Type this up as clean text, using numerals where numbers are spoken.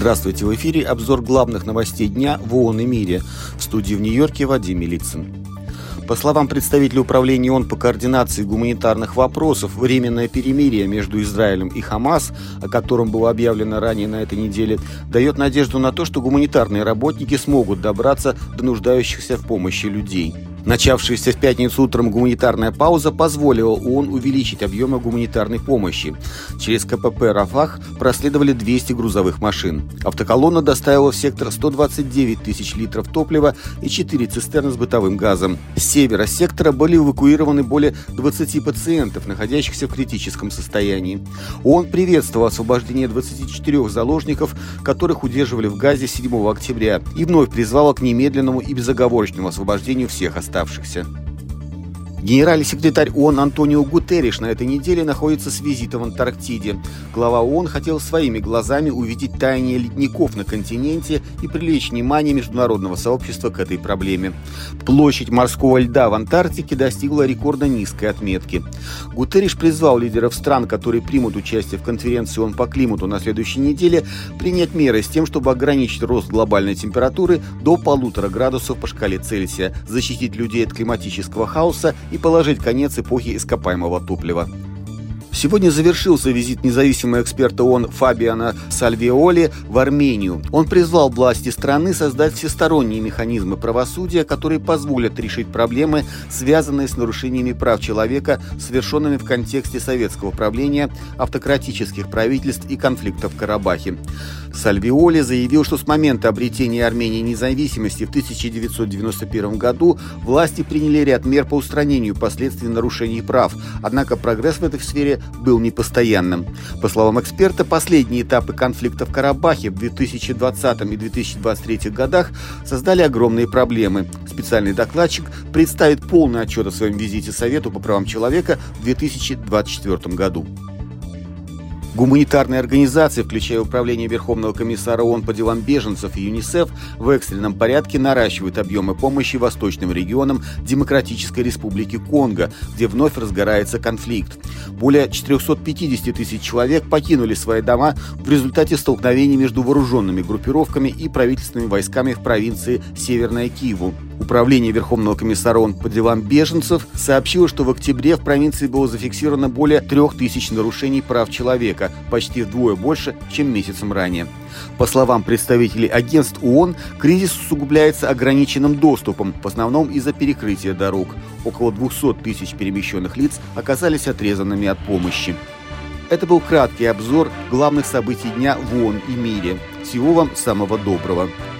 Здравствуйте, в эфире обзор главных новостей дня в ООН и мире. В студии в Нью-Йорке Вадим Милицын. По словам представителя управления ООН по координации гуманитарных вопросов, временное перемирие между Израилем и Хамас, о котором было объявлено ранее на этой неделе, дает надежду на то, что гуманитарные работники смогут добраться до нуждающихся в помощи людей. Начавшаяся в пятницу утром гуманитарная пауза позволила ООН увеличить объемы гуманитарной помощи. Через КПП «Рафах» проследовали 200 грузовых машин. Автоколонна доставила в сектор 129 тысяч литров топлива и 4 цистерны с бытовым газом. С севера сектора были эвакуированы более 20 пациентов, находящихся в критическом состоянии. ООН приветствовал освобождение 24 заложников, которых удерживали в Газе 7 октября, и вновь призвала к немедленному и безоговорочному освобождению всех оставшихся. Генеральный секретарь ООН Антонио Гутерриш на этой неделе находится с визитом в Антарктиде. Глава ООН хотел своими глазами увидеть таяние ледников на континенте и привлечь внимание международного сообщества к этой проблеме. Площадь морского льда в Антарктике достигла рекордно низкой отметки. Гутерриш призвал лидеров стран, которые примут участие в конференции ООН по климату на следующей неделе, принять меры с тем, чтобы ограничить рост глобальной температуры до 1,5 градусов по шкале Цельсия, защитить людей от климатического хаоса и положить конец эпохе ископаемого топлива. Сегодня завершился визит независимого эксперта ООН Фабиано Сальвиоли в Армению. Он призвал власти страны создать всесторонние механизмы правосудия, которые позволят решить проблемы, связанные с нарушениями прав человека, совершенными в контексте советского правления, автократических правительств и конфликтов в Карабахе. Сальвиоли заявил, что с момента обретения Армении независимости в 1991 году власти приняли ряд мер по устранению последствий нарушений прав, однако прогресс в этой сфере был непостоянным. По словам эксперта, последние этапы конфликта в Карабахе в 2020 и 2023 годах создали огромные проблемы. Специальный докладчик представит полный отчет о своем визите Совету по правам человека в 2024 году. Гуманитарные организации, включая Управление Верховного комиссара ООН по делам беженцев и ЮНИСЕФ, в экстренном порядке наращивают объемы помощи восточным регионам Демократической Республики Конго, где вновь разгорается конфликт. Более 450 тысяч человек покинули свои дома в результате столкновений между вооруженными группировками и правительственными войсками в провинции Северная Киву. Управление Верховного комиссара ООН по делам беженцев сообщило, что в октябре в провинции было зафиксировано более 3000 нарушений прав человека, почти вдвое больше, чем месяцем ранее. По словам представителей агентств ООН, кризис усугубляется ограниченным доступом, в основном из-за перекрытия дорог. Около 200 тысяч перемещенных лиц оказались отрезанными от помощи. Это был краткий обзор главных событий дня в ООН и мире. Всего вам самого доброго.